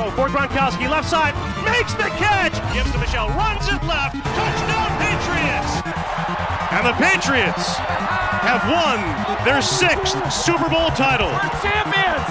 throw for Gronkowski, left side, makes the catch! Gives to Michel, runs it left, touchdown Patriots! And the Patriots have won their 6th Super Bowl title. We're champions!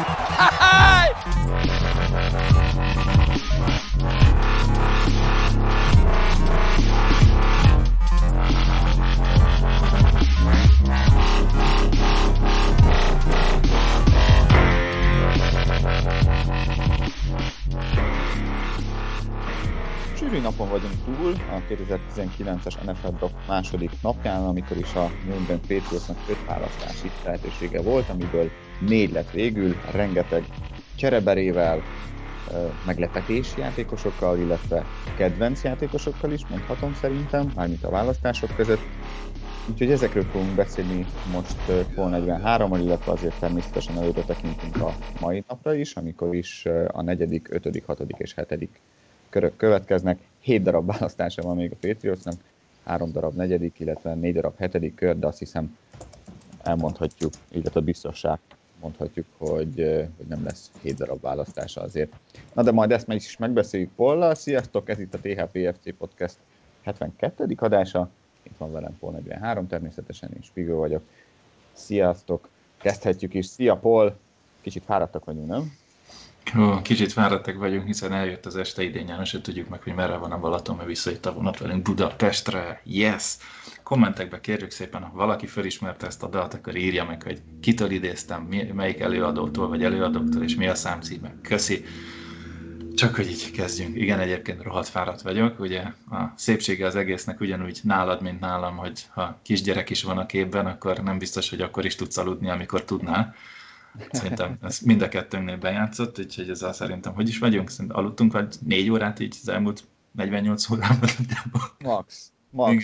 Sűrű napon vagyunk túl a 2019-es NFL Draft második napján, amikor is a New England Patriotsnak 5 választási lehetősége volt, amiből 4 lett végül, rengeteg csereberével, meglepetési játékosokkal, illetve kedvenc játékosokkal is, mondhatom szerintem, mármint a választások között. Úgyhogy ezekről fogunk beszélni most Pol 43-mal, illetve azért természetesen előre tekintünk a mai napra is, amikor is a 4., 5., 6. és 7. körök következnek. 7 darab választása van még a Patriotsnak, 3 darab 4., illetve 4 darab 7. kör, de azt hiszem elmondhatjuk, illetve biztossá mondhatjuk, hogy nem lesz 7 darab választása azért. Na de majd ezt meg is megbeszéljük Pollal. Sziasztok, ez itt a THPFC Podcast 72. adása. Itt van velem Pol 43, természetesen én Spigó vagyok. Sziasztok, kezdhetjük is. Szia Pol, kicsit fáradtak vagyunk, nem? Kicsit fáradtak vagyunk, hiszen eljött az este idén nyáron, se tudjuk meg, hogy merre van a Balaton, mert visszajött a vonat velünk Budapestre. Yes! Kommentekbe kérjük szépen, ha valaki felismerte ezt a dalt, akkor írja meg, hogy kitől idéztem, melyik előadótól vagy előadóktól, és mi a számcíme. Köszi! Csak hogy így kezdjünk. Igen, egyébként rohadt fáradt vagyok. Ugye a szépsége az egésznek ugyanúgy nálad, mint nálam, hogy ha kisgyerek is van a képben, akkor nem biztos, hogy akkor is tudsz aludni, amikor tudnál. Szerintem ez mind a kettőnknél bejátszott, úgyhogy ezzel szerintem hogy is vagyunk? Szerintem aludtunk vagy 4 órát így az elmúlt 48 órában. Max.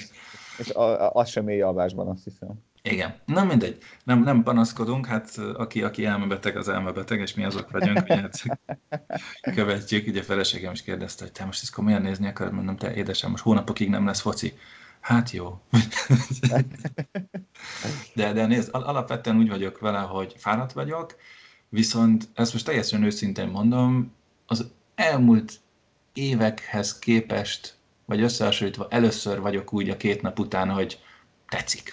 És az sem mély alvásban, azt hiszem. Igen. Na mindegy. Nem panaszkodunk, hát aki elmebeteg, az elmebeteg, és mi azok vagyunk, ugye követjük. Ugye a feleségem is kérdezte, hogy te most ezt komolyan nézni akarod, mondom, te édesem, most hónapokig nem lesz foci. Hát jó. De nézd, alapvetően úgy vagyok vele, hogy fáradt vagyok, viszont ezt most teljesen őszintén mondom, az elmúlt évekhez képest, vagy összehasonlítva először vagyok úgy a 2 nap után, hogy tetszik.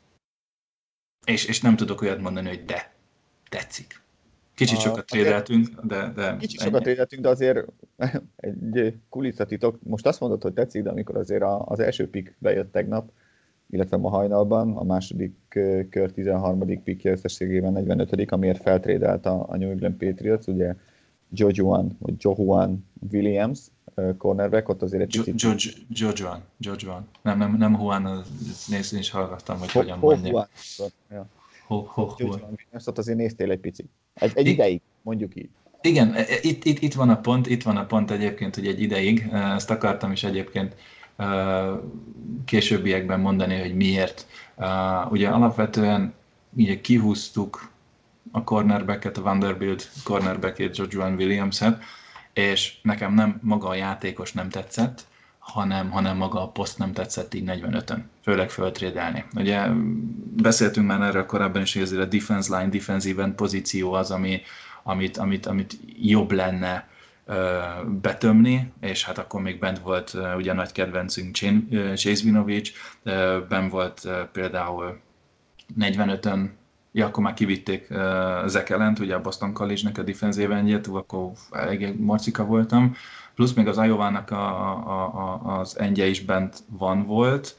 És nem tudok olyat mondani, hogy de, tetszik. Kicsit sokat trédeltünk, de... Kicsit sokat trédeltünk, de azért egy kulisszatitok. Most azt mondod, hogy tetszik, de amikor azért az első pick bejött tegnap, illetve ma hajnalban, a második kör 13. pickje összességében 45., amiért feltrédelt a New England Patriots, ugye Jojuan Williams, cornerback, ott azért egy picit... Jojuan. Nem Juan, nézni is hallgattam, hogy hogyan mondja. Williams, ott azért néztél egy picit. Egy ideig, mondjuk így. Igen, itt van a pont egyébként, hogy egy ideig, ezt akartam is egyébként későbbiekben mondani, hogy miért. Ugye alapvetően ugye kihúztuk a cornerbacket, a Vanderbilt cornerbackét, Jojuan Williams-et, és nekem nem maga a játékos nem tetszett, hanem maga a poszt nem tetszett így 45-ön, főleg föltrédelni. Ugye beszéltünk már erről korábban is, hogy azért a defense line, defensive end pozíció az, amit jobb lenne betömni, és hát akkor még bent volt ugye nagy kedvencünk Chase Winovich, bent volt például 45-ön, akkor már kivitték Zach Allent, ugye a Boston College-nek a defensive endjét, akkor elég marcika voltam, plusz még az Iowa-nak az endje is bent volt,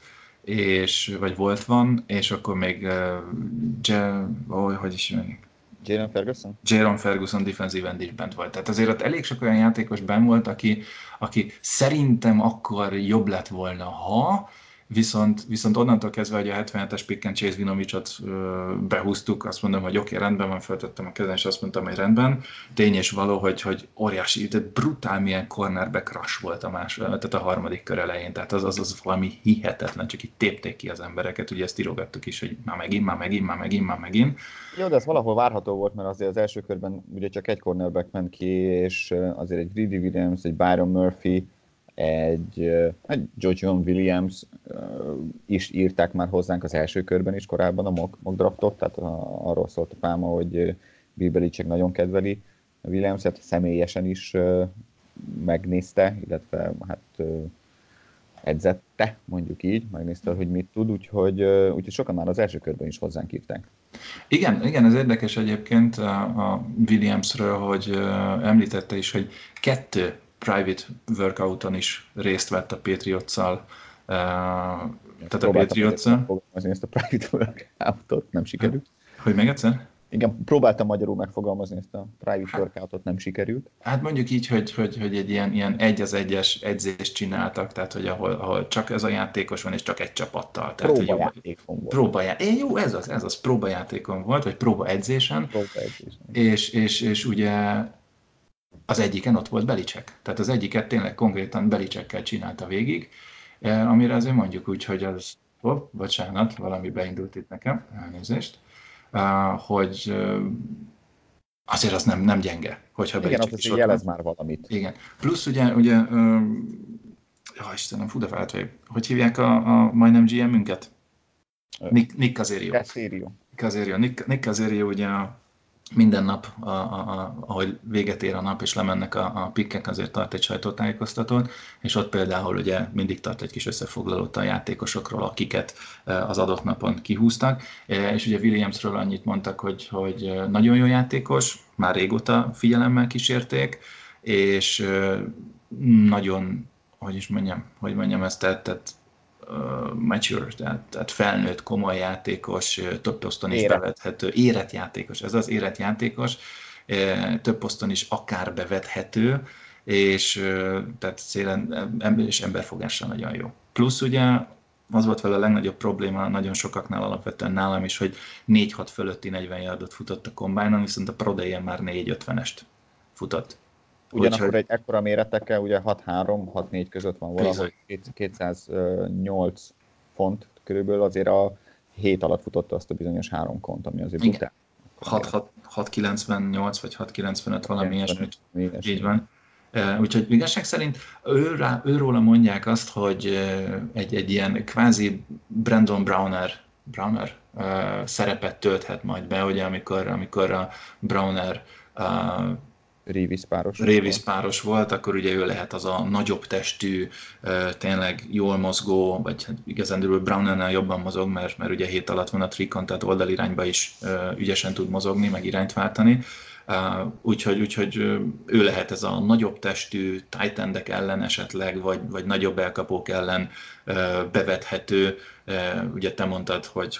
és akkor még Jaron Ferguson defensive end is bent volt. Tehát azért ott elég sok olyan játékos bent volt, aki szerintem akkor jobb lett volna, ha Viszont onnantól kezdve, hogy a 77-es picken Chase Winovich-ot behúztuk, azt mondom, hogy oké, rendben van, feltettem a kezem, és azt mondtam, hogy rendben. Tény és való, hogy óriási, tehát brutál milyen cornerback rush volt tehát a harmadik kör elején, tehát az valami hihetetlen, csak így tépték ki az embereket, ugye ezt írogattuk is, hogy már megint. Jó, de ez valahol várható volt, mert azért az első körben ugye csak egy cornerback ment ki, és azért egy Greedy Williams, egy Byron Murphy, egy Jojuan Williams is írták már hozzánk az első körben is korábban a mock draftot, tehát arról szólt a Pálma, hogy Bill Belichick nagyon kedveli Williamset személyesen is megnézte, illetve hát edzette, mondjuk így, megnézte, hogy mit tud, úgyhogy sokan már az első körben is hozzánk hívták. Igen, ez érdekes egyébként a Williamsről, hogy említette is, hogy 2 private workouton is részt vett a Patriots-szal. Tehát a Patriots-szal. Megfogalmazni ezt a private workoutot, nem sikerült. Hogy még egyszer? Igen, próbáltam magyarul megfogalmazni ezt a private workoutot, nem sikerült. Hát mondjuk így, hogy egy ilyen 1-1-es edzést csináltak, tehát hogy ahol csak ez a játékos van, és csak egy csapattal. Próbajátékon volt. Jó, ez az, próbajátékon volt, vagy próbaedzésen. És ugye az egyiken ott volt Belichick. Tehát az egyiket tényleg konkrétan Belichickkel csinálta végig, amire azért mondjuk úgy, hogy az... bocsánat, valami beindult itt nekem, elnézést. Hogy azért az nem gyenge, hogyha Belichick is ott jelez már valamit. Igen. Plusz ugye Istenem, fú de vált vagy. Hogy hívják a majdnem GM-ünket? Nick Caserio. Nick Caserio ugye minden nap, ahogy véget ér a nap, és lemennek a pikkek, azért tart egy sajtótájékoztatót, és ott például ugye mindig tart egy kis összefoglalót a játékosokról, akiket az adott napon kihúztak, és ugye Williamsről annyit mondtak, hogy nagyon jó játékos, már régóta figyelemmel kísérték, és nagyon, hogy mondjam ezt, tehát mature, tehát felnőtt, komoly játékos, több poszton is bevethető, érett játékos, ez az érett játékos, több poszton is akár bevethető, és tehát szélen és emberfogással nagyon jó. Plusz ugye az volt vele a legnagyobb probléma, nagyon sokaknál, alapvetően nálam is, hogy 4-6 fölötti 40 yardot futott a combine-on, viszont a Pro Day-en már 4-50-est futott. Ugyanakkor egy ekkora méretekkel, ugye 6-3, 6-4 között van valahol, 208 font körülbelül, azért a 7 alatt futotta azt a bizonyos 3 kont, ami azért brutál. 698 vagy 695 valami ilyesmit, így van. Úgyhogy igazság szerint őróla mondják azt, hogy egy ilyen kvázi Brandon Browner szerepet tölthet majd be, ugye amikor a Browner Revis páros volt, akkor ugye ő lehet az a nagyobb testű, tényleg jól mozgó, vagy igazán Brownernál jobban mozog, mert ugye 7 alatt van a trikon, tehát oldalirányba is ügyesen tud mozogni, meg irányt váltani. Úgyhogy ő lehet ez a nagyobb testű tight endek ellen esetleg, vagy nagyobb elkapók ellen bevethető. Ugye te mondtad, hogy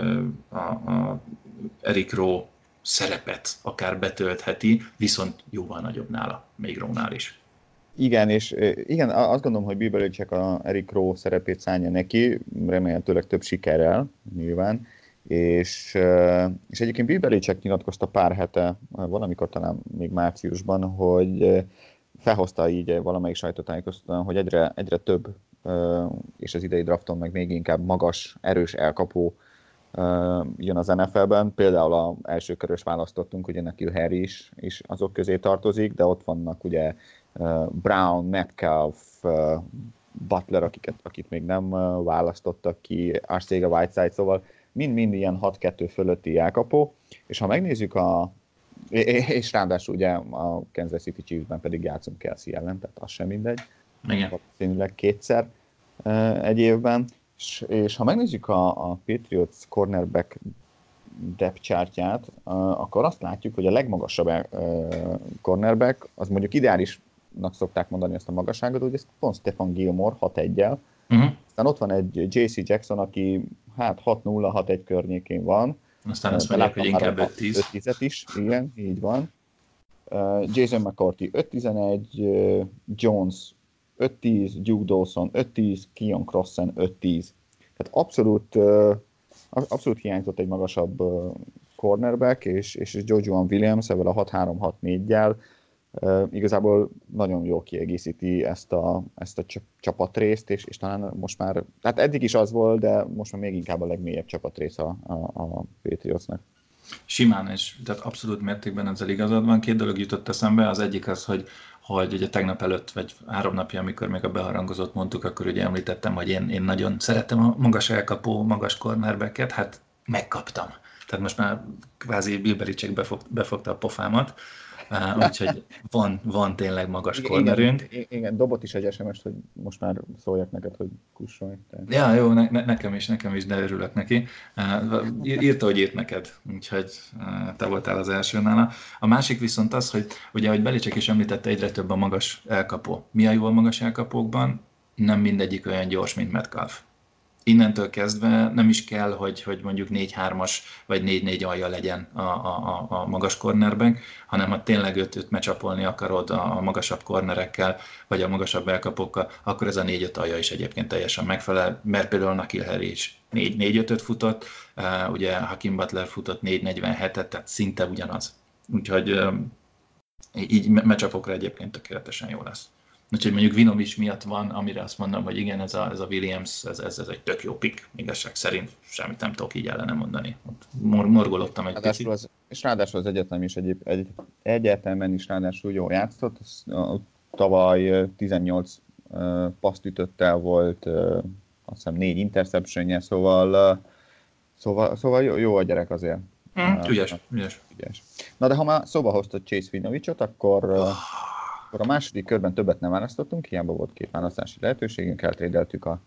a Eric Rowe szerepet akár betöltheti, viszont jóval nagyobb nála, még Rónál is. Igen, és igen, azt gondolom, hogy Bill Belichick a Eric Rowe szerepét szánja neki, remélhetőleg több sikerrel, nyilván, és egyébként Bill Belichick nyilatkozta pár hete, valamikor talán még márciusban, hogy felhozta így valamelyik sajtótájékoztatón, hogy egyre több, és az idei drafton meg még inkább magas, erős elkapó jön az NFL-ben, például az első körös választottunk, ugye N'Keal Harry is azok közé tartozik, de ott vannak ugye Brown, Metcalf, Butler, akit még nem választottak ki, Arcega-Whiteside, szóval mind ilyen 6-2 fölötti elkapó, és ha megnézzük és ráadásul ugye a Kansas City Chiefsben pedig játszunk Kelsey ellen, tehát az sem mindegy, valószínűleg 2-szer egy évben. És ha megnézzük a Patriots cornerback depth chartját, akkor azt látjuk, hogy a legmagasabb cornerback, az mondjuk ideálisnak szokták mondani ezt a magasságot, hogy ez pont Stephon Gilmore 6-1-jel. Aztán ott van egy JC Jackson, aki 6-0-6-1 környékén van. Aztán azt mondják, hogy inkább 5-10-et is, igen, így van. Jason McCourty 5-11, Jones 5-10, Duke Dawson 5-10, Keon Crossen 5-10. Tehát abszolút hiányzott egy magasabb cornerback, és Jojuan Williams ezzel a 6-3-6-4-jel igazából nagyon jól kiegészíti ezt a csapatrészt, és talán most már, hát eddig is az volt, de most már még inkább a legmélyebb csapatrész a Patriotsnak. Simán, és tehát abszolút mértékben ezzel igazad van. 2 dolog jutott eszembe, az egyik az, hogy ugye tegnap előtt, vagy 3 napja, amikor még a beharangozott mondtuk, akkor ugye említettem, hogy én nagyon szeretem a magas elkapó, magas cornerbacket, hát megkaptam. Tehát most már kvázi Bill Belichick befogta a pofámat, úgyhogy van tényleg magas cornerünk. Igen, dobott is egy SMS-t, hogy most már szóljak neked, hogy kussolj. Ja, jó, nekem is, de örülök neki. Írta, hogy írt neked, úgyhogy te voltál az első nála. A másik viszont az, hogy ugye, ahogy Belichick is említette, egyre több a magas elkapó. Mi a jó a magas elkapókban? Nem mindegyik olyan gyors, mint Metcalf. Innentől kezdve nem is kell, hogy mondjuk 4-3-as vagy 4-4 alja legyen a magas cornerback, hanem ha tényleg őt mecsapolni akarod a magasabb cornerekkel, vagy a magasabb elkapókkal, akkor ez a 4-5 alja is egyébként teljesen megfelel, mert például N'Keal Harry is 4-4-5-öt futott, ugye Hakeem Butler futott 4-47-et, tehát szinte ugyanaz. Úgyhogy így meccsapokra egyébként tökéletesen jó lesz. Úgyhogy mondjuk Winovich miatt van, amire azt mondom, hogy igen, ez a Williams, ez egy tök jó pick, igazság szerint semmit nem tudok így ellene mondani. Morgolottam egy picit. És ráadásul az egyetem is egyértelműen is ráadásul jól játszott. Tavaly 18 paszt ütött el, volt azt hiszem 4 interceptionje, szóval jó a gyerek azért. Ügyes. Na de ha már szóba hoztad Chase Winovichot, akkor a második körben többet nem választottunk, hiába volt 2 választási lehetőségünk, eltrédeltük a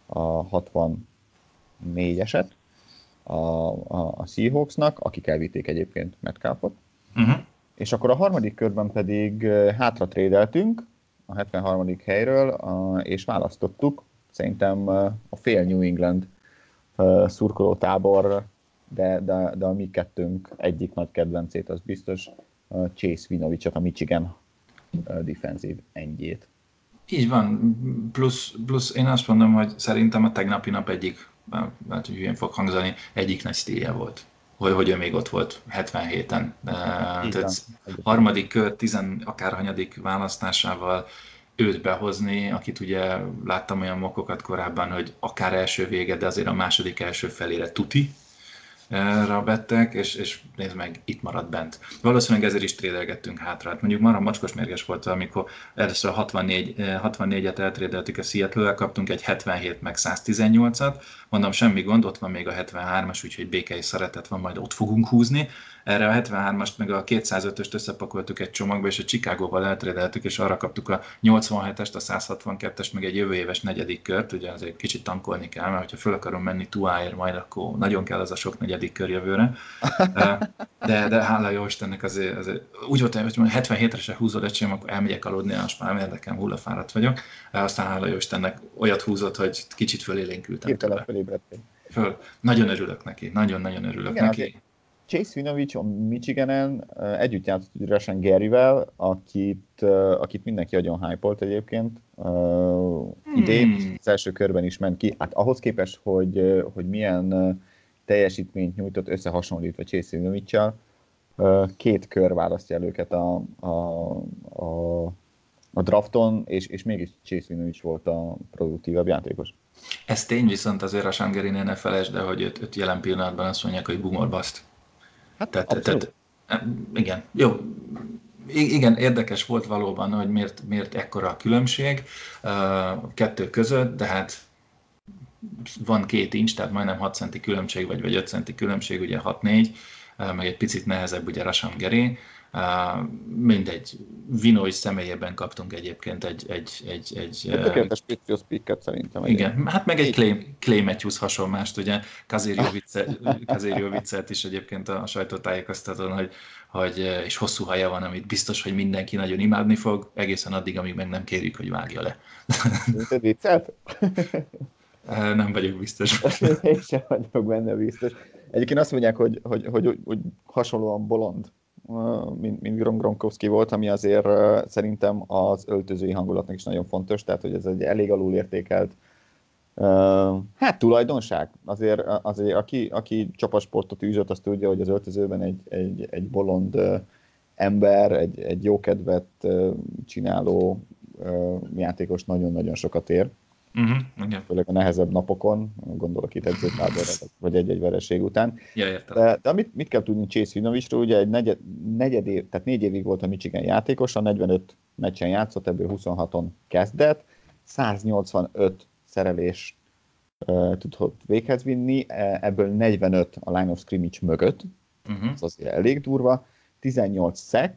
64-eset a Seahawksnak, akik elvitték egyébként Metcalfot. És akkor a harmadik körben pedig hátra trédeltünk a 73. helyről, és választottuk szerintem a fél New England szurkolótábor, de a mi kettőnk egyik nagy kedvencét, az biztos, Chase Winovichot, a Michigan defensív endjét. Így van, plusz én azt mondom, hogy szerintem a tegnapi nap egyik, lehet, hogy hülyén fog hangzani, egyik nagy stílje volt, hogy ő még ott volt 77-en. Tehát harmadik kör, 10 akárhanyadik választásával őt behozni, akit ugye láttam olyan mokokat korábban, hogy akár első vége, de azért a második első felére tuti bettek, és nézd meg, itt maradt bent. Valószínűleg ezért is trédelgettünk hátra. Hát mondjuk marha mocskos mérges volt, amikor először a 64-et eltrédeltük a Seattle-vel, kaptunk egy 77 meg 118-at, mondom, semmi gond, ott van még a 73-as, úgyhogy békei szeretet van, majd ott fogunk húzni. Erre a 73-ast meg a 205-öst összepakoltuk egy csomagba, és a Chicagóval eltrédeltük, és arra kaptuk a 87-est, a 162-est, meg egy jövő éves negyedik kört, ugye azért kicsit tankolni kell, mert hogyha föl akarom menni Tuáért majd, akkor nagyon kell az a sok negyedik kör jövőre. De hála jó Istennek azért úgy volt, hogy 77-re se húzod öcsém, akkor elmegyek aludni, most már nem érdekel, hullafáradt vagyok. Aztán hála jó Istennek olyat húzott, hogy kicsit fölélénkültem tőle. Nagyon örülök neki, nagyon-nagyon örülök neki. Chase Winovich a Michiganen együtt játszott Rashan Garyvel, akit mindenki nagyon hype-olt egyébként. Idén az első körben is ment ki. Hát ahhoz képest, hogy milyen teljesítményt nyújtott összehasonlítva Chase Winovich-sal, 2 kör választja el őket a drafton, és mégis Chase Winovich volt a produktívabb játékos. Ez tény, viszont azért a Rashan Garynél ne felejtsd, de hogy őt jelen pillanatban azt mondják, hogy boom or bust. Tehát, igen, jó. Igen, érdekes volt valóban, hogy miért ekkora a különbség a kettő között, de hát van 2 inch, tehát majdnem 6 centi különbség, vagy 5 centi különbség, ugye 6-4, meg egy picit nehezebb ugye Rashan Gary. Mindegy, Winovich személyében kaptunk egyébként egy tökéletes Patriots picket szerintem. Igen, hát meg egy Clay Matthews hasonlást, ugye Kazério viccelt is egyébként a sajtótájékoztatón, hogy és hosszú haja van, amit biztos, hogy mindenki nagyon imádni fog, egészen addig, amíg meg nem kérjük, hogy vágja le. Te viccelt? Nem vagyok biztos. Én sem vagyok benne biztos. Egyébként azt mondják, hogy hasonlóan bolond, mint Gronkowski volt, ami azért szerintem az öltözői hangulatnak is nagyon fontos, tehát hogy ez egy elég alulértékelt tulajdonság. Azért aki csapasportot űzött, azt tudja, hogy az öltözőben egy bolond ember, egy jó kedvet csináló játékos nagyon-nagyon sokat ér. Főleg a nehezebb napokon, gondolok itt edzőtáborra, vagy egy vereség után. Ja, értem. De mit kell tudni Chase Winovichról, ugye egy negyed év, tehát 4 évig volt a Michigan játékosa, 45 meccsen játszott, ebből 26-on kezdett, 185 szerelést tudott véghez vinni, ebből 45 a line of scrimmage mögött, ez azért elég durva, 18 sack,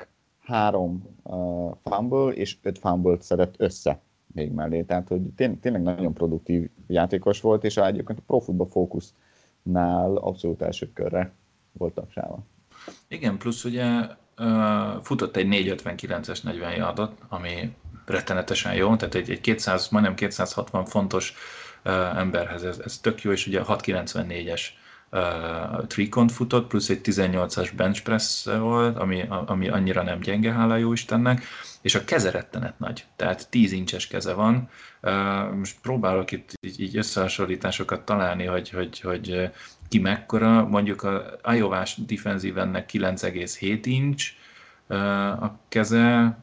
3 fumble és 5 fumble-t szedett össze még mellé. Tehát, hogy tényleg nagyon produktív játékos volt, és egyébként a Pro Football Focusnál abszolút első körre volt tapsálva. Igen, plusz ugye futott egy 4.59-es 40 yardot, ami rettenetesen jó, tehát egy 200, majdnem 260 fontos emberhez ez tök jó, és ugye 6.94-es tricont futott, plusz egy 18-as bench press volt, ami annyira nem gyenge, hála jó Istennek, és a keze rettenet nagy, tehát 10 incses keze van. Most próbálok itt így összehasonlításokat találni, hogy ki mekkora, mondjuk a Iowa-s defensive endnek 9,7 inch a keze,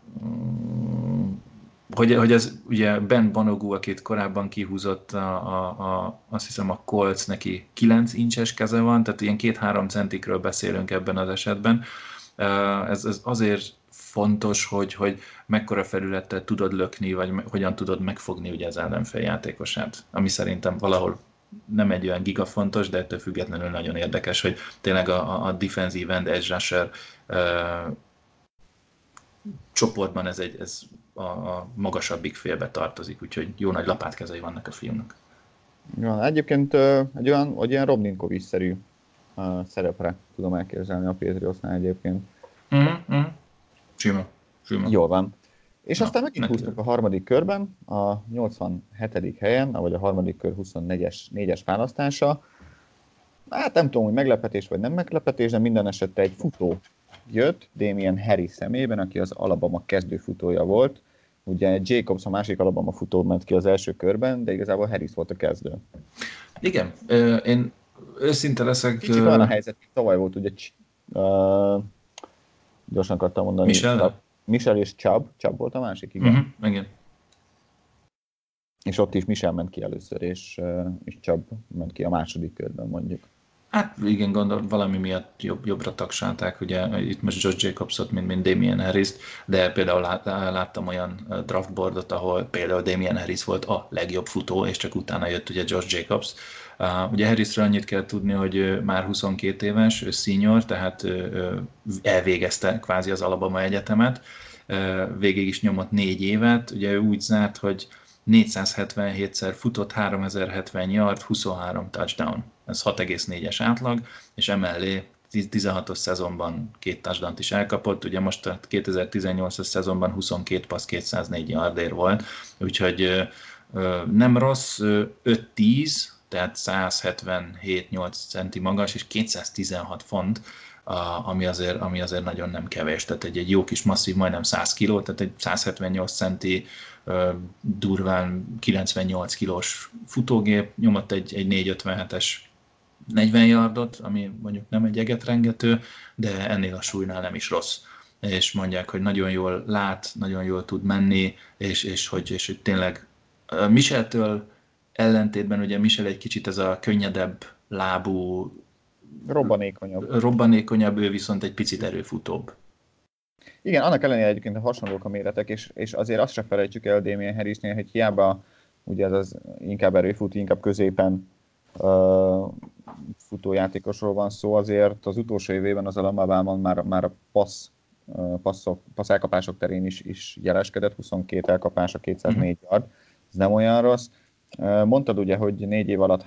hogy ez ugye Ben Banogu, akit korábban kihúzott, azt hiszem a Colts, neki 9 incses keze van, tehát ilyen 2-3 centikről beszélünk ebben az esetben. Ez azért fontos, hogy mekkora felülettel tudod lökni, vagy hogyan tudod megfogni ugye az ellenfél játékosát, ami szerintem valahol nem egy olyan gigafontos, de ettől függetlenül nagyon érdekes, hogy tényleg a defensive end edge rusher csoportban ez a magasabbik félbe tartozik, úgyhogy jó nagy lapátkezei vannak a fiúnak. Ja, egyébként egy olyan Rob Ninkovic-szerű szerepre tudom elképzelni a Patriotsnál egyébként. Sima. Jól van. És aztán megint húztuk a harmadik körben, a 87. helyen, vagy a harmadik kör 24-es választása. Hát nem tudom, hogy meglepetés vagy nem meglepetés, de minden esetre egy futó jött, Damien Harris szemében, aki az Alabama kezdőfutója volt. Ugye Jacobs a másik Alabama futó ment ki az első körben, de igazából Harris volt a kezdő. Igen, én őszinte leszek... Kicsit olyan a helyzet, hogy tavaly volt ugye gyorsan akartam mondani. Michel és Chubb volt a másik, igen. Igen. És ott is Michel ment ki először, és Chubb ment ki a második körben, mondjuk. Hát igen, gondolom, valami miatt jobbra tagsálták, ugye itt most Josh Jacobsot, mint Damien Harrist, de például láttam olyan draftboardot, ahol például Damien Harris volt a legjobb futó, és csak utána jött ugye Josh Jacobs. Ugye Harrisről annyit kell tudni, hogy már 22 éves, ő senior, tehát elvégezte kvázi az Alabama Egyetemet, végig is nyomott 4 évet, ugye ő úgy zárt, hogy 477-szer futott, 3070 yard, 23 touchdown. Ez 6,4-es átlag, és emellé 16-os szezonban 2 touchdown-t is elkapott, ugye most a 2018-as szezonban 22 passz 204 yardér volt, úgyhogy nem rossz, 5'10", tehát 177-8 centi magas, és 216 font, ami azért nagyon nem kevés, tehát egy jó kis masszív, majdnem 100 kiló, tehát egy 178 centi, durván 98 kilós futógép, nyomott egy 457-es 40 yardot, ami mondjuk nem egy egetrengető, de ennél a súlynál nem is rossz. És mondják, hogy nagyon jól lát, nagyon jól tud menni, és hogy tényleg Micheltől ellentétben, ugye Michel egy kicsit ez a könnyedebb lábú, robbanékonyabb, ő viszont egy picit erőfutóbb. Igen, annak ellenére egyébként hasonlók a méretek, és azért azt sem felejtsük el Damien Harrisnél, hogy hiába ugye ez az inkább erőfutó, inkább középen futójátékosról van szó, azért az utolsó évében az Alabamában már a passz elkapások terén is jeleskedett, 22 elkapása, 204 yard, ez nem olyan rossz. Mondtad ugye, hogy 4 év alatt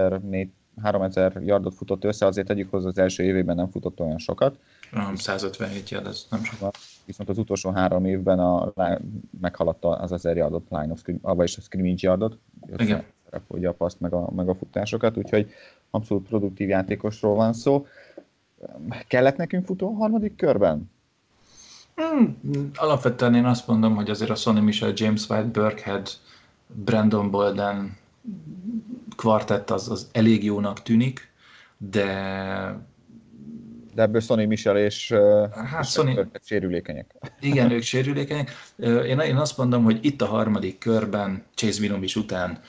3000 yardot futott össze, azért tegyük hozzá, az első évében nem futott olyan sokat. 157 yard, ez nem sok. Viszont az utolsó 3 évben meghaladta az 1000 yardot, vagyis a scrimmage yardot, ugye a paszt meg a futásokat, úgyhogy abszolút produktív játékosról van szó. Kellett nekünk futó a harmadik körben? Alapvetően én azt mondom, hogy azért a Sonny Michel, James White, Burkhead, Brandon Bolden kvartett az elég jónak tűnik, de ebből Sonny Michel és sérülékenyek. Igen, ők sérülékenyek. Én azt mondom, hogy itt a harmadik körben, Chase Winovich után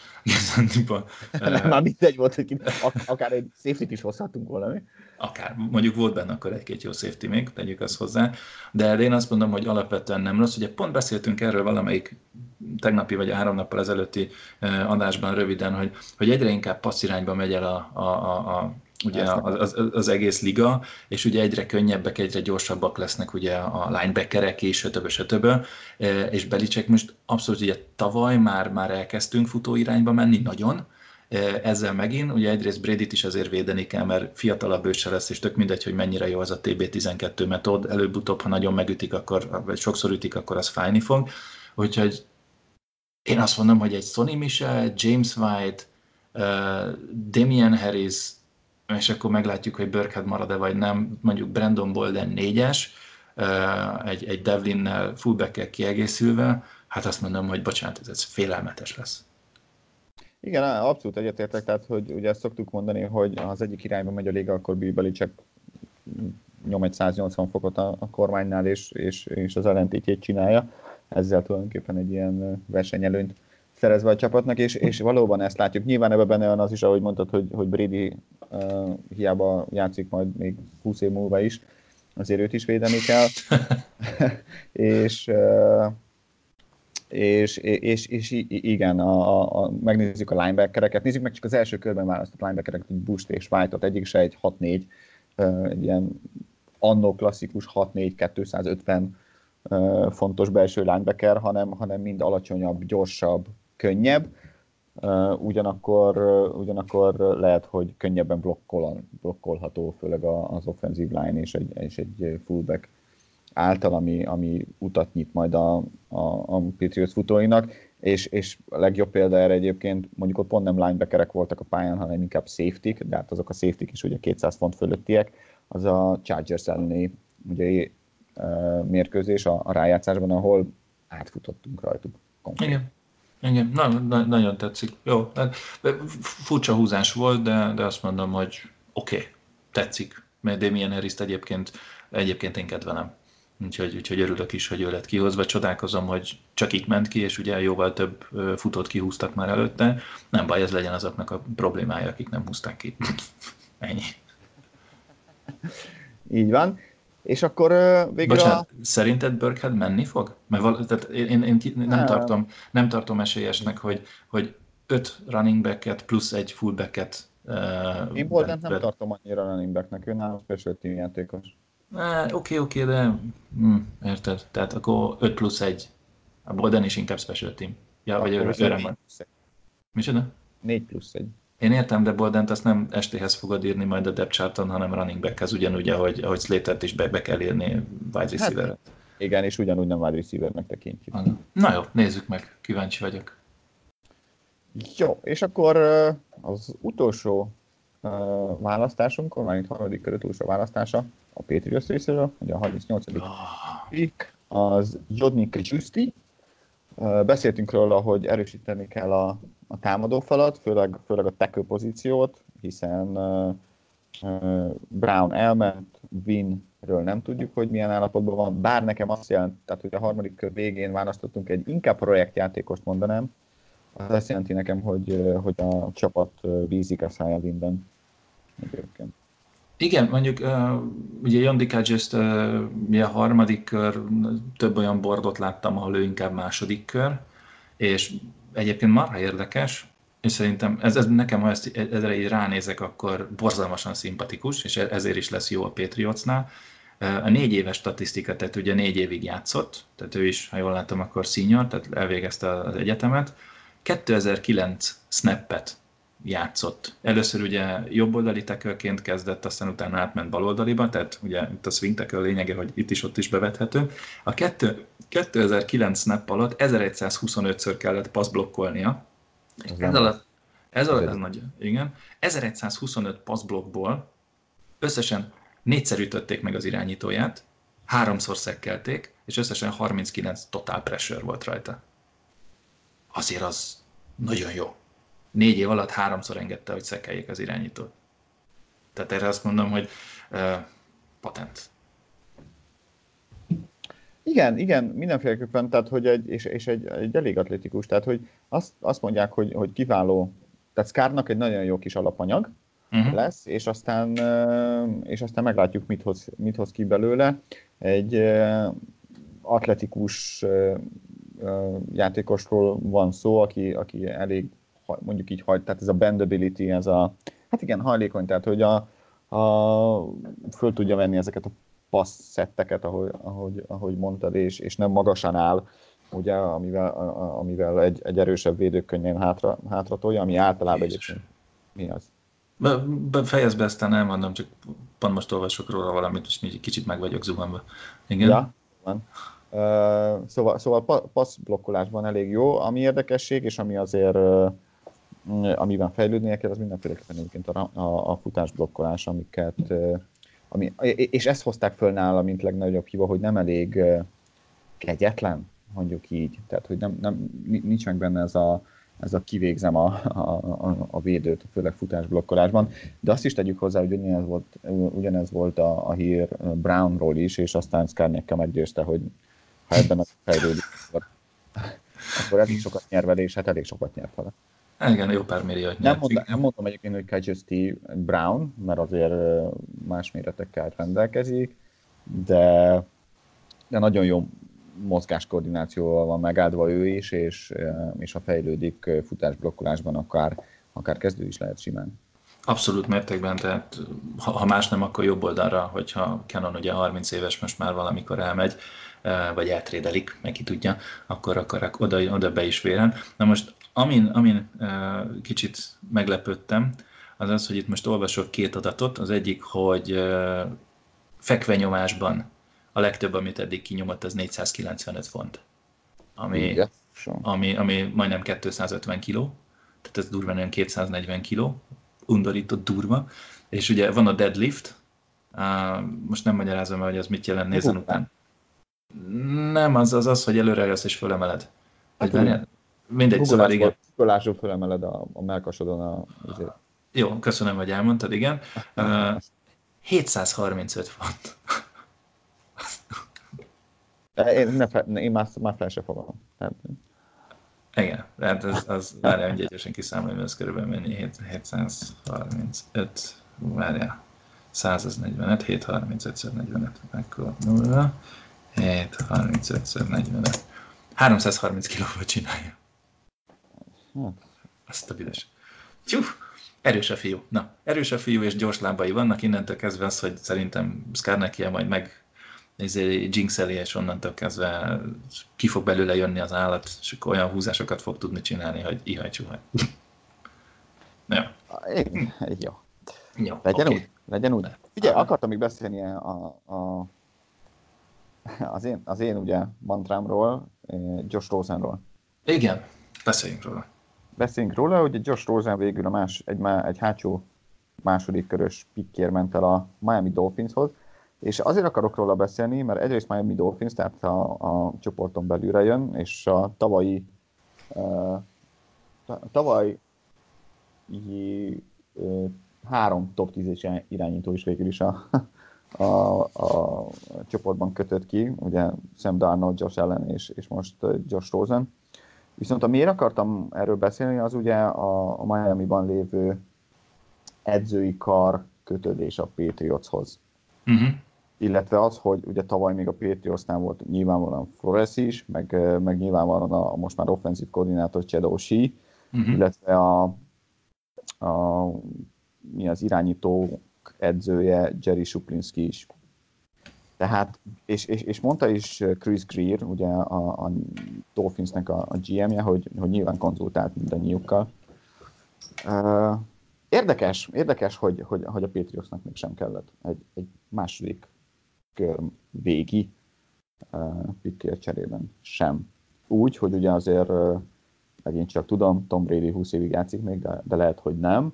már mindegy volt, hogy akár egy safety-t is hozhatunk volna, mi? Akár, mondjuk volt benne akkor egy-két jó safety még, tegyük azt hozzá, de én azt mondom, hogy alapvetően nem rossz. Ugye pont beszéltünk erről valamelyik tegnapi vagy 3 nappal ezelőtti adásban röviden, hogy egyre inkább passz irányba megy el ugye az egész liga, és ugye egyre könnyebbek, egyre gyorsabbak lesznek ugye a linebackerek és stb. És Belichick most abszolút ugye tavaly már elkezdtünk futó irányba menni, nagyon. Ezzel megint, ugye egyrészt Bradyt is azért védeni kell, mert fiatalabb őse lesz, és tök mindegy, hogy mennyire jó az a TB12 metód, előbb-utóbb, ha nagyon megütik, vagy sokszor ütik, akkor az fájni fog. Úgyhogy én azt mondom, hogy egy Sonny Michel, James White, Damian Harris, és akkor meglátjuk, hogy Burkhead marad-e vagy nem, mondjuk Brandon Bolden 4-es, egy Devlinnel, fullback-kel kiegészülve, hát azt mondom, hogy bocsánat, ez félelmetes lesz. Igen, abszolút egyetértek, tehát hogy ugye ezt szoktuk mondani, hogy az egyik irányba megy a liga, akkor Bill Belichick nyom egy 180 fokot a kormánynál, és az ellentétjét csinálja. Ezzel tulajdonképpen egy ilyen versenyelőnyt szerezve a csapatnak, és valóban ezt látjuk. Nyilván ebben benne van az is, ahogy mondtad, hogy Brady hiába játszik majd még 20 év múlva is, azért őt is védeni kell. És igen, megnézzük a linebackereket, nézzük meg csak az első körben választott linebackereket, Bush és White-ot, egyik se egy 6-4, egy ilyen annó klasszikus 6-4, 250 fontos belső linebacker, hanem mind alacsonyabb, gyorsabb, könnyebb, ugyanakkor lehet, hogy könnyebben blokkolható, főleg az offensive line és egy fullback által, ami utat nyit majd a Patriots futóinak, és a legjobb példa erre egyébként, mondjuk ott pont nem linebackerek voltak a pályán, hanem inkább safety-k, de hát azok a safety-k is ugye 200 font fölöttiek, az a Chargers elleni ugye, mérkőzés a rájátszásban, ahol átfutottunk rajtuk. Igen, nagyon tetszik. Jó, furcsa húzás volt, de azt mondom, hogy oké, tetszik, mert Damian Harris-t egyébként én kedvelem. Úgyhogy örülök is, hogy ő lett kihozva. Csodálkozom, hogy csak így ment ki, és ugye jóval több futót kihúztak már előtte. Nem baj, ez legyen azoknak a problémája, akik nem húzták ki. Ennyi. Így van. És akkor végül bocsánat, szerinted Burkhead menni fog? Mert tehát én nem tartom esélyesnek, hogy 5 running backet plusz egy fullbacket. Én Boldent nem tartom annyira running backnek, ő nálam special team játékos. Oké, de érted, tehát akkor 5 plusz 1. A Bolden is inkább special team. Ja, vagy őre van. Micsoda? 4 plusz 1. Én értem, de Boldent azt nem estéhez fogod írni majd a depth charton, hanem running backhez, ugyanúgy, ahogy Slatert is be kell írni wide receiver-et. Hát, igen, és ugyanúgy nem wide receivernek tekintjük. Na jó, nézzük meg, kíváncsi vagyok. Jó, és akkor az utolsó választásunkon, mármint harmadik kör utolsó választása a Patriots részéről, ugye a 38. pick, az Jodnik Juszti. Beszéltünk róla, hogy erősíteni kell a támadófalat, főleg a tackle pozíciót, hiszen Brown elment, Winnről nem tudjuk, hogy milyen állapotban van, bár nekem azt jelent, tehát hogy a harmadik kör végén választottunk egy inkább projektjátékost mondanám, az azt jelenti nekem, hogy a csapat bízik a Isaiah Winnben. Igen, mondjuk ugye Jon DeCadges a harmadik kör, több olyan bordot láttam, ahol ő inkább második kör, és egyébként marha érdekes, és szerintem ez nekem, ha ezre így ránézek, akkor borzalmasan szimpatikus, és ezért is lesz jó a Patriotsnál. A 4 éves statisztika, tehát ugye 4 évig játszott, tehát ő is, ha jól látom, akkor senior, tehát elvégezte az egyetemet. 2009 snappet játszott. Először ugye jobboldali tackle-ként kezdett, aztán utána átment baloldaliba, tehát ugye itt a swing tackle lényege, hogy itt is ott is bevethető. A 2009 snap alatt 1125-ször kellett passzblokkolnia. Ez nagy, igen. 1125 passzblokkból összesen 4-szer ütötték meg az irányítóját, 3-szor szekkelték, és összesen 39 total pressure volt rajta. Azért az nagyon jó. 4 év alatt 3-szor engedte, hogy szekkeljék az irányítót. Tehát erre azt mondom, hogy patent. Igen, mindenféleképpen, tehát, hogy egy elég atlétikus, tehát hogy azt mondják, hogy kiváló, tehát Scarnak egy nagyon jó kis alapanyag lesz, és aztán meglátjuk, mit hoz ki belőle. Egy atletikus játékosról van szó, aki elég, mondjuk így, tehát ez a bendability, hát igen, hajlékony, tehát hogy föl tudja venni ezeket a passzetteket, ahogy mondtad, és nem magasan áll, ugye, amivel egy erősebb védő könnyen hátratolja, ami általában egyébként. Mi az? Fejezd be, aztán elmondom, csak pont most olvasok róla valamit, és egy kicsit meg vagyok zuhanva. Igen? Ja, van. Szóval passzblokkolásban elég jó. Ami érdekesség, és ami azért amiben fejlődnie kell, az mindenféleképpen egyébként a futásblokkolás, és ezt hozták föl nála, mint legnagyobb hiba, hogy nem elég kegyetlen, mondjuk így. Tehát, hogy nincs meg benne ez a kivégzem a védőt, főleg futásblokkolásban. De azt is tegyük hozzá, hogy ugyanez volt a hír Brownról is, és aztán Skarnyekka meggyőzte, hogy ha ebben fejlődik, akkor elég sokat nyer vele, és hát elég sokat nyert vele. Igen, jó pár milliót nyert. Nem mondom egyébként, hogy Kajczewski Brown, mert azért más méretekkel rendelkezik, de nagyon jó mozgáskoordinációval van megáldva ő is, és ha fejlődik futásblokkolásban, akár kezdő is lehet simán. Abszolút mértékben, tehát ha más nem, akkor jobb oldalra, hogyha Cannon ugye 30 éves, most már valamikor elmegy, vagy eltrédelik, meg ki tudja, akkor oda be is véren. Na most, amin kicsit meglepődtem, az az, hogy itt most olvasok két adatot. Az egyik, hogy fekvenyomásban a legtöbb, amit eddig kinyomott, az 495 font. Ami majdnem 250 kiló, tehát ez durván olyan 240 kiló, undorított durva. És ugye van a deadlift, most nem magyarázom el, hogy az mit jelent, nézzen után. Nem, az, hogy előre jössz és fölemeled. Mindegy, szóval igen. Guggolásról fölemeled a melkasodon azért. Jó, köszönöm, hogy elmondtad, igen. 735 font. Én már fel se fogom. Igen, tehát az várjál, hogy egyesen kiszámolni, ez körülbelül mennyi? 735, várjál, 145, 735x45, akkor 0, 735x45. 330 kilóval csinálja. Azt a büdös. Tyú, erős a fiú. Na, erős a fiú és gyors lábai vannak, innentől kezdve az, hogy szerintem Skarnyekka majd meg jinxeli, és onnantól kezdve ki fog belőle jönni az állat, és akkor olyan húzásokat fog tudni csinálni, hogy ihaj-csuhaj. Jó. Jó. Legyen úgy. Ugye, akartam még beszélni az én ugye mantrámról, Josh Rosenról. Igen, beszéljünk róla. Hogy Josh Rosen végül egy hátsó második körös pickért ment el a Miami Dolphinshoz, és azért akarok róla beszélni, mert egyrészt Miami Dolphins, tehát a csoporton belülre jön, és a tavalyi 3 top 10 irányító is végül is a csoportban kötött ki, ugye Sam Darnold, Josh Allen és most Josh Rosen. Viszont miért akartam erről beszélni, az ugye a Miami-ban lévő edzői kar kötődés a Patriotshoz. Uh-huh. Illetve az, hogy ugye tavaly még a Patriotsnál volt nyilvánvalóan Flores is, meg nyilvánvalóan a most már offenzív koordinátor Chad O'Shea, illetve az irányító edzője Jerry Suplinski is. Tehát, és mondta is Chris Greer, ugye a Dolphinsnek a GM-je, hogy nyilván konzultált mindannyiukkal. Érdekes, hogy a Patriotsnak még sem kellett egy második kör végi pickért cserében sem. Úgy, hogy ugye azért megint csak tudom, Tom Brady 20 évig játszik még, de lehet, hogy nem.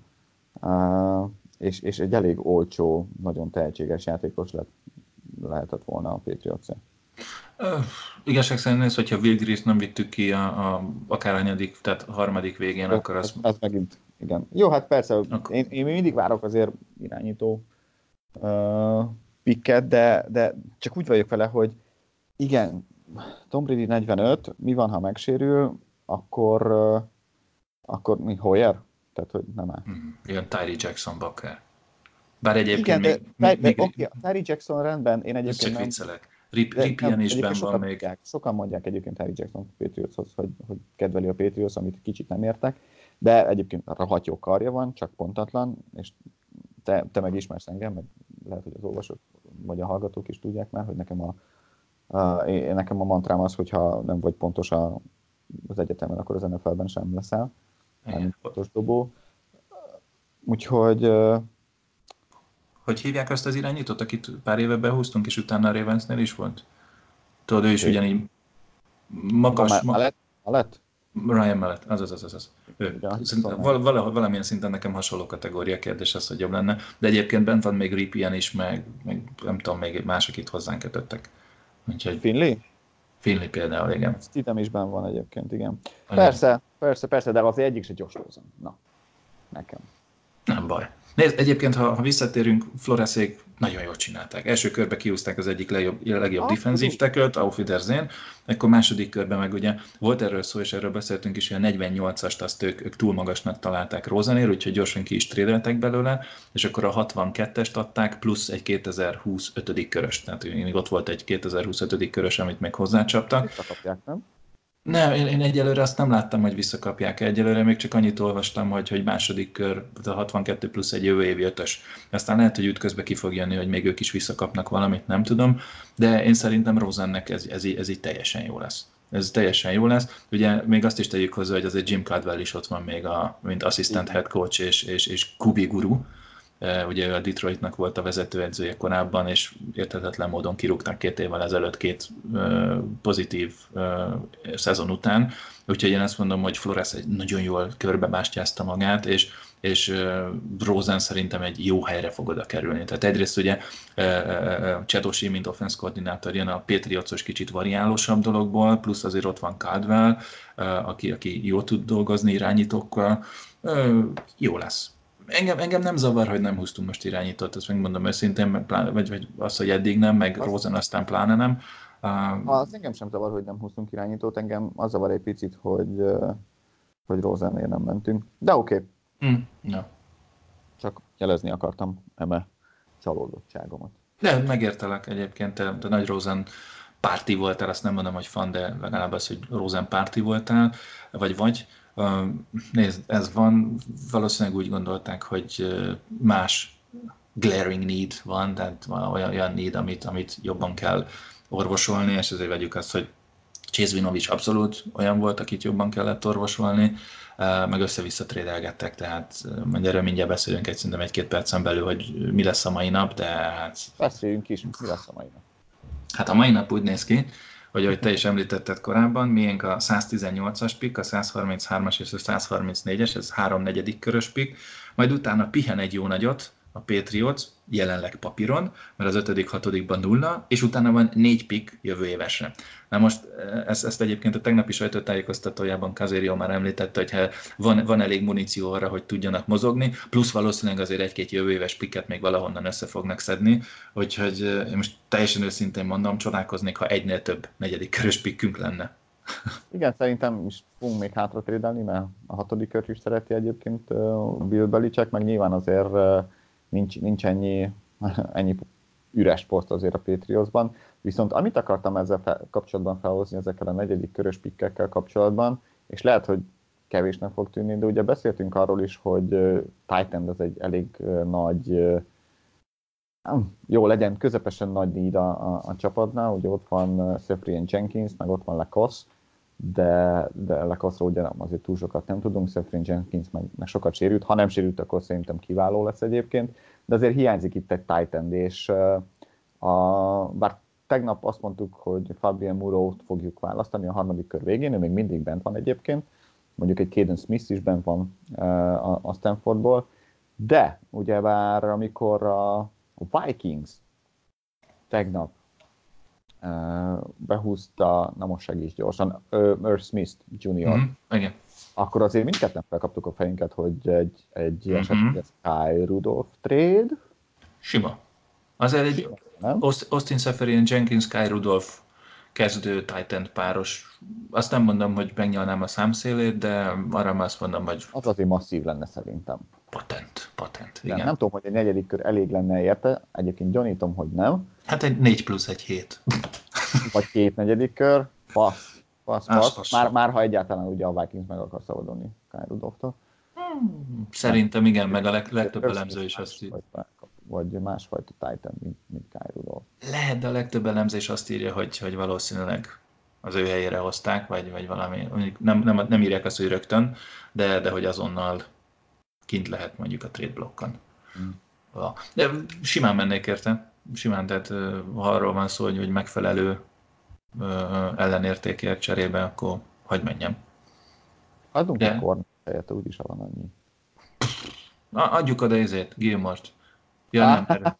És egy elég olcsó, nagyon tehetséges játékos lehetett volna a Patriots. Igazság szerint ez, hogyha Will Grease nem vittük ki akár anyadik, tehát a harmadik végén, akkor az... Az megint, igen. Jó, hát persze, én mindig várok azért irányító picket, de csak úgy vagyok vele, hogy igen, Tom Brady 45, mi van, ha megsérül, akkor mi, Hoyer? Tehát, hogy nem áll. Jön Tyree Jackson akár. Bár egyébként igen, Tyree Jackson rendben, én egyébként csak viccelek. Ripien is benn van még. Sokan mondják egyébként Harry Jackson Patriotshoz, hogy kedveli a Patriots, amit kicsit nem értek, de egyébként rohadt jó karja van, csak pontatlan, és te meg ismersz engem, meg lehet, hogy az olvasók vagy a hallgatók is tudják már, hogy nekem a mantrám az, hogyha nem vagy pontos az egyetemen, akkor az NFL-ben sem leszel. Pontos dobó. Úgyhogy... Hogy hívják azt az irányítót, akit pár éve behúztunk, és utána a Ravensnél is volt? Tudod, ő is ugyanígy magas... Malett? Ryan Mallett, az. Valamilyen szinten nekem hasonló kategória, kérdés az, hogy jobb lenne. De egyébként bent van még Ripien is, meg nem tudom, még más, akit hozzánk kötöttek. Úgyhogy... Finley például, igen. Stidham is benn van egyébként, igen. Persze, de azért egyik se gyors Rosen. Na, nekem. Nem baj. Nézd, egyébként, ha visszatérünk, Floresék nagyon jól csinálták. Első körbe kihúzták az egyik legjobb defensív tackle-t, Auf Wiedersehen, akkor második körben meg ugye volt erről szó, és erről beszéltünk is, hogy a 48-ast azt ők túl magasnak találták Rosenért, úgyhogy gyorsan ki is trédeltek belőle, és akkor a 62-est adták, plusz egy 2025. körös. Tehát még ott volt egy 2025. körös, amit még hozzácsaptak. Visszakapják, nem? Nem, én egyelőre azt nem láttam, hogy visszakapják. Egyelőre még csak annyit olvastam, hogy második kör, a 62 plusz egy jövő évi 5-ös. Aztán lehet, hogy ütközbe ki fog jönni, hogy még ők is visszakapnak valamit, nem tudom. De én szerintem Rosennek ez így teljesen jó lesz. Ez teljesen jó lesz. Ugye még azt is tegyük hozzá, hogy azért Jim Caldwell is ott van még, mint assistant head coach és QB guru. Ugye a Detroitnak volt a vezetőedzője korábban, és érthetetlen módon kirúgták 2 évvel ezelőtt 2 pozitív szezon után. Úgyhogy én azt mondom, hogy Flores egy nagyon jól körbebástyázta magát, és Rosen szerintem egy jó helyre fog oda kerülni. Tehát egyrészt ugye Chad Oshie, mint offense koordinátor jön a Patriotsos kicsit variálósabb dologból, plusz azért ott van Caldwell, aki jól tud dolgozni irányítókkal. Jó lesz. Engem nem zavar, hogy nem húztunk most irányítót, ezt megmondom őszintén, vagy az, hogy eddig nem, meg Rosen aztán pláne nem. Az engem sem zavar, hogy nem húztunk irányítót, engem az zavar egy picit, hogy Rosennél nem mentünk. De oké. Ja. Csak jelezni akartam eme csalódottságomat. De megértelek egyébként, te nagy Rosen párti voltál, azt nem mondom, hogy fan, de legalább az, hogy Rosen párti voltál, vagy. Nézd, ez van, valószínűleg úgy gondolták, hogy más glaring need van, tehát olyan need, amit jobban kell orvosolni, és ezért vegyük azt, hogy Chase Winovich abszolút olyan volt, akit jobban kellett orvosolni, meg össze-vissza trédelgettek, tehát erről mindjárt beszélünk szerintem 1-2 percen belül, hogy mi lesz a mai nap, de hát... Beszéljünk is, mi lesz a mai nap. Hát a mai nap úgy néz ki, hogy ahogy te is említetted korábban, miénk a 118-as pick, a 133-as és a 134-es, ez 3/4 körös pick, majd utána pihen egy jó nagyot a Patriots, jelenleg papíron, mert az 5.-6. 0, és utána van 4 pick jövő évesre. Na most ezt egyébként a tegnapi sajtótájékoztatójában Caserio már említette, hogy van elég muníció arra, hogy tudjanak mozogni, plusz valószínűleg azért 1-2 jövő éves picket még valahonnan össze fognak szedni, úgyhogy én most teljesen őszintén mondom, csodálkoznék, ha egynél több 4. körös pickünk lenne. Igen, szerintem is fogunk még hátra trédelni, mert a 6. kört is szereti egyébként Bill Belichick, meg nyilván azért nincs ennyi üres poszt azért a Patriotsban. Viszont amit akartam ezzel kapcsolatban felhozni, ezekkel a 4. körös pikkekkel kapcsolatban, és lehet, hogy kevésnek fog tűnni, de ugye beszéltünk arról is, hogy tight end az egy elég nagy, jó legyen, közepesen nagy need a csapatnál, ugye ott van Seferian Jenkins, meg ott van LeCosse, de LeCosse-ról ugye azért túl sokat nem tudunk, Seferian Jenkins meg sokat sérült, ha nem sérült, akkor szerintem kiváló lesz egyébként, de azért hiányzik itt egy tight end, és bár tegnap azt mondtuk, hogy Fabian Moreau-t fogjuk választani a 3. kör végén, ő még mindig bent van egyébként, mondjuk egy Caden Smith is bent van a Stanfordból, de ugyebár amikor a Vikings tegnap behúzta, na most segíts gyorsan, Irv Smith Jr. Igen. Akkor azért mindketten felkaptuk a fejünket, hogy egy esetleges Kyle Rudolph trade. Sima. Azért egy Austin Seferian Jenkins, Kyle Rudolph kezdő tight end páros. Azt nem mondom, hogy megnyalnám a számszélét, de arra már azt mondom, hogy... Az azért masszív lenne szerintem. Patent. Patent, igen. Nem tudom, hogy egy negyedik kör elég lenne érte, egyébként gyanítom, hogy nem. Hát egy 4 plusz egy 7. Vagy 2 negyedik kör, passz. Passz. Már ha egyáltalán ugye a Vikings meg akar szabadulni Kyle Rudolph-tól. Szerintem igen, meg a legtöbb elemző is azt írja. Vagy másfajta Titan, mint Kyle Rudolph. Lehet, de a legtöbb elemzés azt írja, hogy valószínűleg az ő helyére hozták, vagy valami, nem írják azt, hogy rögtön, de hogy azonnal kint lehet mondjuk a trade blokkon. De simán mennék érte. Simán, tehát ha arról van szó, hogy megfelelő ellenértékért cserébe, akkor hagyj menjem. Adunk egy kornát helyett, úgyis van annyi. Adjuk oda Gilmort. Ja, nem.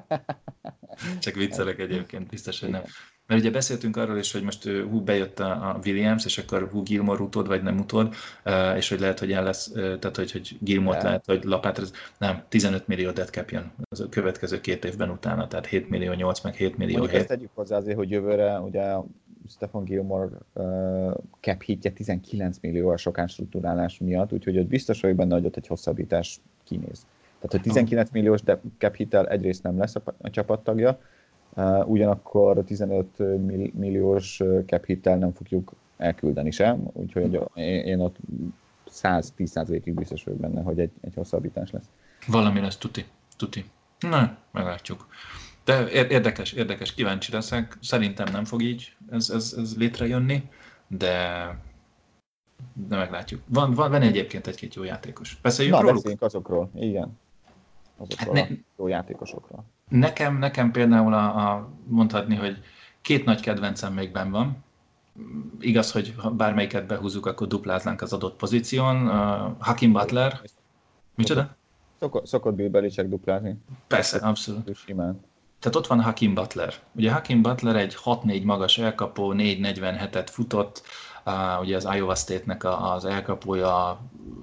Csak viccelek egyébként, biztos, hogy nem. Mert ugye beszéltünk arról is, hogy most bejött a Williams, és akkor Gilmore utód, vagy nem utód, és hogy lehet, hogy el lesz, tehát hogy Gilmort lehet, hogy lapátra, nem, 15 millió dead cap jön az következő 2 évben utána, tehát 7 millió 8, meg 7 millió 7. Ezt tegyük hozzá azért, hogy jövőre ugye Stephen Gilmore cap hitje 19 millió a sokán struktúrálás miatt, úgyhogy ott biztos vagyok benne, hogy ott egy hosszabbítás kinéz. Tehát, hogy 19 milliós cap hittel egyrészt nem lesz a csapattagja, ugyanakkor 15 milliós cap hittel nem fogjuk elküldeni sem, úgyhogy én ott 110%-ig biztos vagyok benne, hogy egy hosszabbítás lesz. Valami lesz, tuti. Na, meglátjuk. De érdekes, kíváncsi leszek. Szerintem nem fog így ez létrejönni, de meglátjuk. Van egyébként egy-két jó játékos. Beszéljünk róluk? Beszéljünk azokról, igen. Azokról a jó játékosokról. Nekem például mondhatni, hogy 2 nagy kedvencem még benn van. Igaz, hogy ha bármelyiket behúzzuk, akkor dupláznánk az adott pozíción. Hakeem Butler. Micsoda? Szokott Bill Belichick duplázni. Persze, abszolút. Simán. Tehát ott van Hakeem Butler. Ugye Hakeem Butler egy 6-4 magas elkapó, 4.47-et futott, ugye az Iowa State-nek az elkapója,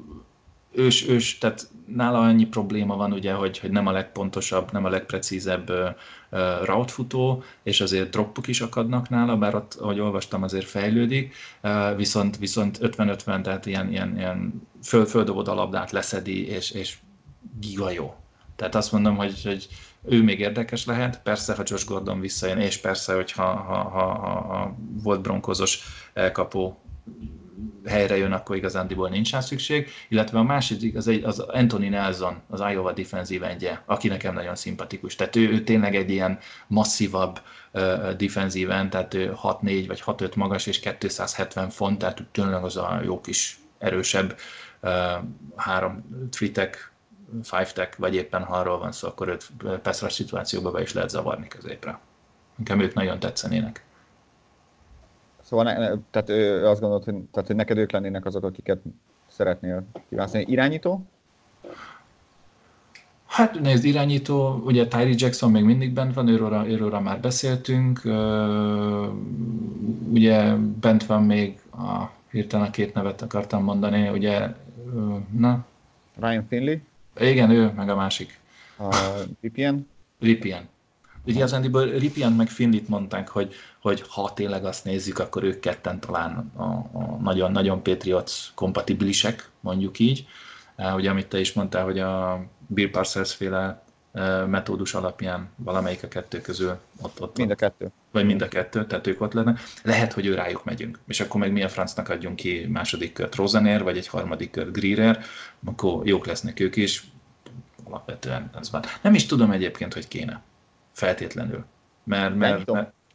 ős, tehát nála annyi probléma van, ugye, hogy nem a legpontosabb, nem a legprecízebb route futó, és azért droppok is akadnak nála, bár ott, ahogy olvastam, azért fejlődik, viszont 50-50, tehát ilyen földobod a labdát, leszedi, és giga jó. Tehát azt mondom, hogy ő még érdekes lehet, persze, ha Josh Gordon visszajön, és persze, hogyha volt bronkozos elkapó helyre jön, akkor igazándiból nincs rá szükség, illetve a másik az Anthony Nelson, az Iowa defensív endje, aki nekem nagyon szimpatikus. Tehát ő tényleg egy ilyen masszívabb defensív end, tehát ő 6'4 vagy 6'5 magas és 270 font, tehát tényleg az a jó kis erősebb 3 3-tech, 5-tech, vagy éppen ha arról van szó, akkor őt pass rush szituációba be is lehet zavarni középre. Nekem ők nagyon tetszenének. Szóval tehát azt gondolod, hogy neked ők lennének azok, akiket szeretnél kiválasztani. Irányító? Hát nézd, irányító, ugye Tyree Jackson még mindig bent van, őről már beszéltünk. Ugye bent van még, hirtelen a 2 nevet akartam mondani, ugye, Ryan Finley? Igen, ő, meg a másik. Ripien? Igazándiból Ripien meg Finlit mondták, hogy ha tényleg azt nézzük, akkor ők ketten talán a nagyon Patriots kompatibilisek, mondjuk így. Ugye, amit te is mondtál, hogy a Bill Parcells féle metódus alapján valamelyik a 2 közül ott. Mind a 2. Vagy mind a 2, tehát ők ott lennek. Lehet, hogy ő rájuk megyünk. És akkor meg mi a francnak adjunk ki második kört Rosener, vagy egy harmadik kört Greer, akkor jók lesznek ők is. Alapvetően ez van. Nem is tudom egyébként, hogy kéne. Feltétlenül. Mert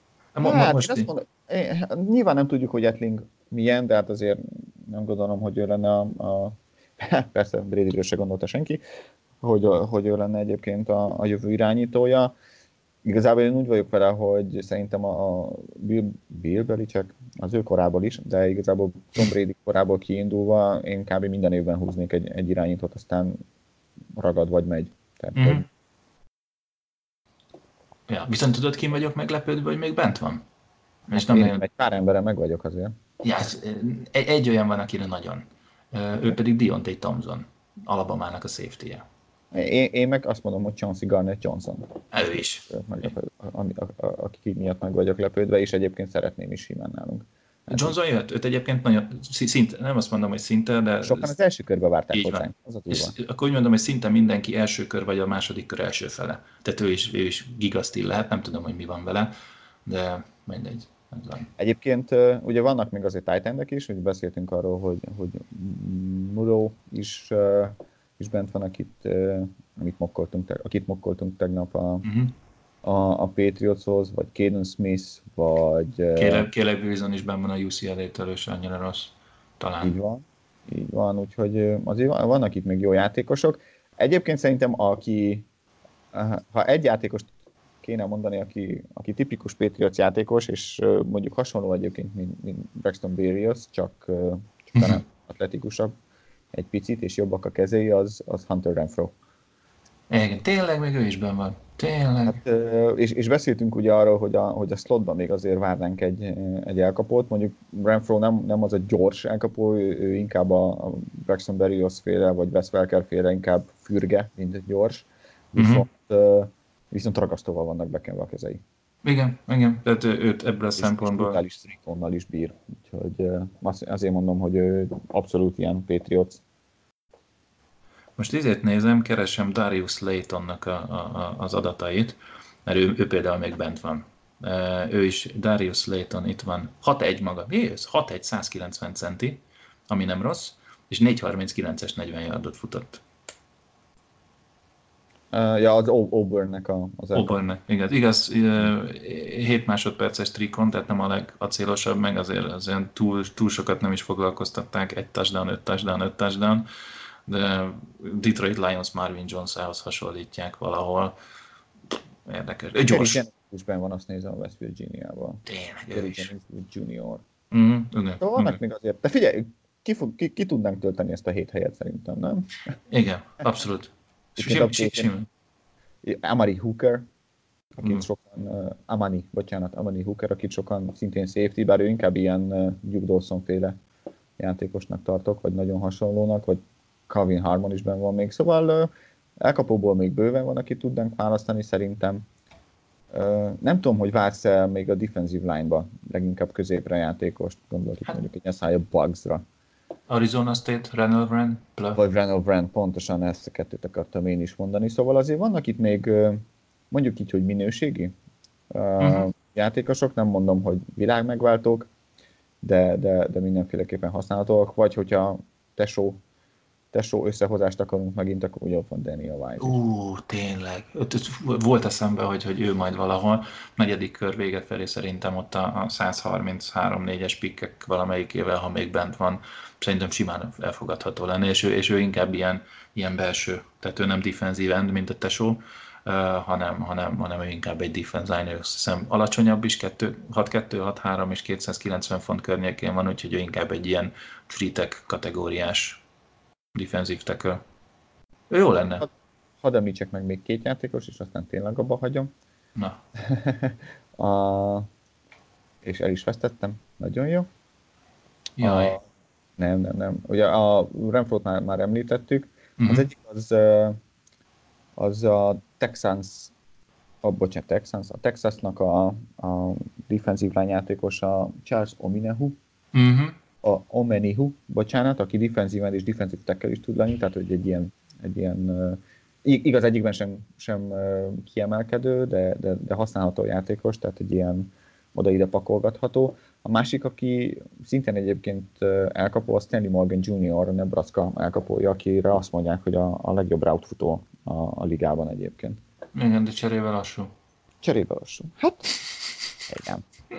nyilván nem tudjuk, hogy Etling milyen, de hát azért nem gondolom, hogy ő lenne persze Bradyről se gondolta senki, hogy ő lenne egyébként a jövő irányítója. Igazából én úgy vagyok vele, hogy szerintem a Bill Belichick az ő korából is, de igazából Tom Brady korából kiindulva én kb. Minden évben húznék egy irányítót, aztán ragad vagy megy. Tehát, Ja, viszont tudod, ki vagyok meglepődve, hogy még bent van? És nem nagyon... Egy pár emberen meg vagyok azért. Ja, egy olyan van, akire nagyon. Ő pedig Deontay Thompson, Alabamának a safety-je. Én meg azt mondom, hogy Chauncey Garnett-Johnson. Ő is. Akik miatt meg vagyok lepődve, és egyébként szeretném is simán nálunk. Johnson jött, őt egyébként nagyon, szinte, nem azt mondom, hogy szinte, de... Sokan az első körbe várták hozzánk. Akkor úgy mondom, hogy szinte mindenki első kör, vagy a második kör első fele. Tehát ő is gigastil lehet, nem tudom, hogy mi van vele, de mindegy. Egyébként ugye vannak még azért tight endek is, hogy beszéltünk arról, hogy Muro is bent van, akit mokkoltunk tegnap a Patriotshoz, vagy Caden Smith, vagy... Caleb Wilson is benn van a UCLA-től, és annyira rossz, talán. Így van, úgyhogy azért vannak itt még jó játékosok. Egyébként szerintem, ha egy játékost kéne mondani, aki tipikus Patriots játékos, és mondjuk hasonló egyébként, mint Braxton Berrios, csak nem atletikusabb egy picit, és jobbak a kezei, az Hunter Renfrow. Igen, tényleg még ő is benn van. Tényleg. Hát, és beszéltünk ugye arról, hogy a slotban még azért várnánk egy elkapót. Mondjuk Renfrow nem az a gyors elkapó, ő inkább a Braxton Berrios féle, vagy Wes Welker féle inkább fürge, mint gyors. Viszont ragasztóval vannak bekenve a kezei. Igen. Tehát őt ebből a szempontból... Brutális strikonnal is bír. Úgyhogy azért mondom, hogy ő abszolút ilyen Patriots. Most ezért nézem, keresem Darius Slaytonnak az adatait, mert ő például még bent van. Ő is, Darius Slayton itt van, 6'1 maga, 6'1, 190 centi, ami nem rossz, és 4.39-es 40 yardot futott. Az Auburnnek az Auburnnek, igaz, 7 másodperces trikon, tehát nem a legacélosabb, meg azért túl sokat nem is foglalkoztatták, 1 touchdown, 5 touchdown, de Detroit Lions Marvin Jones-ához hasonlítják valahol. Érdekes. Gyors. Terry Jennings van, azt nézem a West Virginia-ból. Tényleg, Terry Jennings Junior. Vannak még azért. De figyelj, ki tudnánk tölteni ezt a 7 helyet szerintem, nem? Igen, abszolút. Amari Hooker, Amani Hooker, akit sokan szintén safety, bár ő inkább ilyen Duke Dawson-féle játékosnak tartok, vagy nagyon hasonlónak, vagy Calvin Harmon is benn van még, szóval elkapóból még bőven van, akit tudnánk választani szerintem. Nem tudom, hogy vársz-e még a defensive line-ba, leginkább középre játékost, gondolok itt mondjuk egy Isaiah Buggsra. Arizona State, Randall Brand, vagy Randall Brand, pontosan ezt a kettőt akartam én is mondani, szóval azért vannak itt még, mondjuk így, hogy minőségi játékosok, nem mondom, hogy világmegváltók, de mindenféleképpen használhatóak, vagy hogyha tesó összehozást akarunk megint, akkor ugye ott van Daniel White. Tényleg. Volt eszembe, hogy ő majd valahol negyedik kör vége felé szerintem ott a 133-4-es pikkek valamelyikével, ha még bent van, szerintem simán elfogadható lenne, és ő inkább ilyen belső, tehát ő nem defensive end, mint a tesó, hanem ő inkább egy defense line, azt hiszem alacsonyabb is, 6'2", 6'3" és 290 font környékén van, úgyhogy ő inkább egy ilyen free tech kategóriás defensive tackle. Ő jó lenne. Hadd említsek meg még 2 játékos, és aztán tényleg abba hagyom. Na. És el is vesztettem. Nagyon jó. Jaj. Nem. Ugye a Renfrowt már említettük. Az egyik az a Texans, a Texasnak a defensive line játékosa Charles Omenihu, aki defensive end és defensive tackle is tud lenni, tehát hogy egy ilyen igaz egyikben sem kiemelkedő, de használható játékos, tehát egy ilyen oda-ide pakolgatható. A másik, aki szintén egyébként elkapó, a Stanley Morgan Jr., a Nebraska elkapója, akire azt mondják, hogy a legjobb route futó a ligában egyébként. Igen, de cserébe lassú. Hát, igen.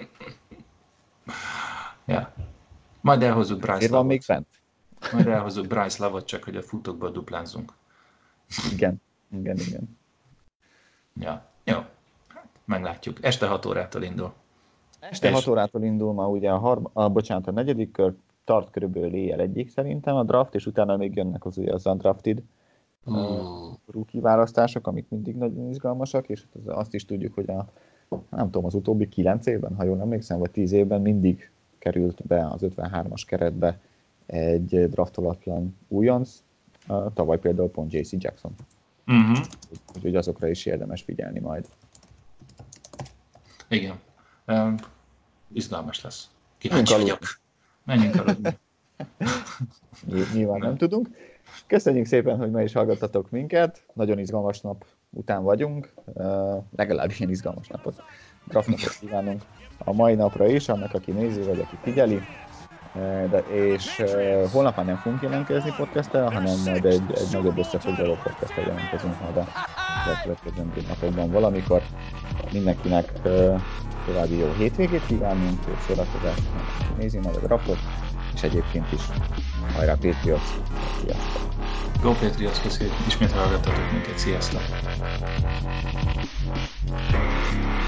Ja. Majd elhozzuk Bryce Lovot. Még fent. Majd elhozzuk Bryce Lovot, csak hogy a futókból duplázunk. Igen. Ja, jó. Hát, meglátjuk. Este 6 órától indul. Este 6 órától indul ma ugye a negyedik kör, tart körülbelül éjjel egyik szerintem a draft, és utána még jönnek az undrafted rookie választások, amik mindig nagyon izgalmasak, és azt is tudjuk, hogy nem tudom, az utóbbi 9 évben, ha jól emlékszem, vagy 10 évben mindig került be az 53-as keretbe egy draftolatlan újonc, tavaly például pont J.C. Jackson. Úgyhogy azokra is érdemes figyelni majd. Igen. Izgalmas lesz. Kíváncsi vagyok. Menjünk aludni. Nyilván nem tudunk. Köszönjük szépen, hogy ma is hallgattatok minket. Nagyon izgalmas nap után vagyunk. Legalább ilyen izgalmas napot. Draftnapot kívánunk a mai napra is, annak, aki nézi, vagy aki figyeli. És holnap már nem fogunk jelentkezni podcasttel, hanem majd egy nagyobb összefoglaló podcasttel jelentkezünk majd a következő napokban valamikor. Mindenkinek további jó hétvégét kívánunk, jó szórakozást, nézi majd a draftot, és egyébként is hajrá Patriots! Sziasztok! Go Patriots, köszönjük, ismét hallgattatok minket, sziasztok!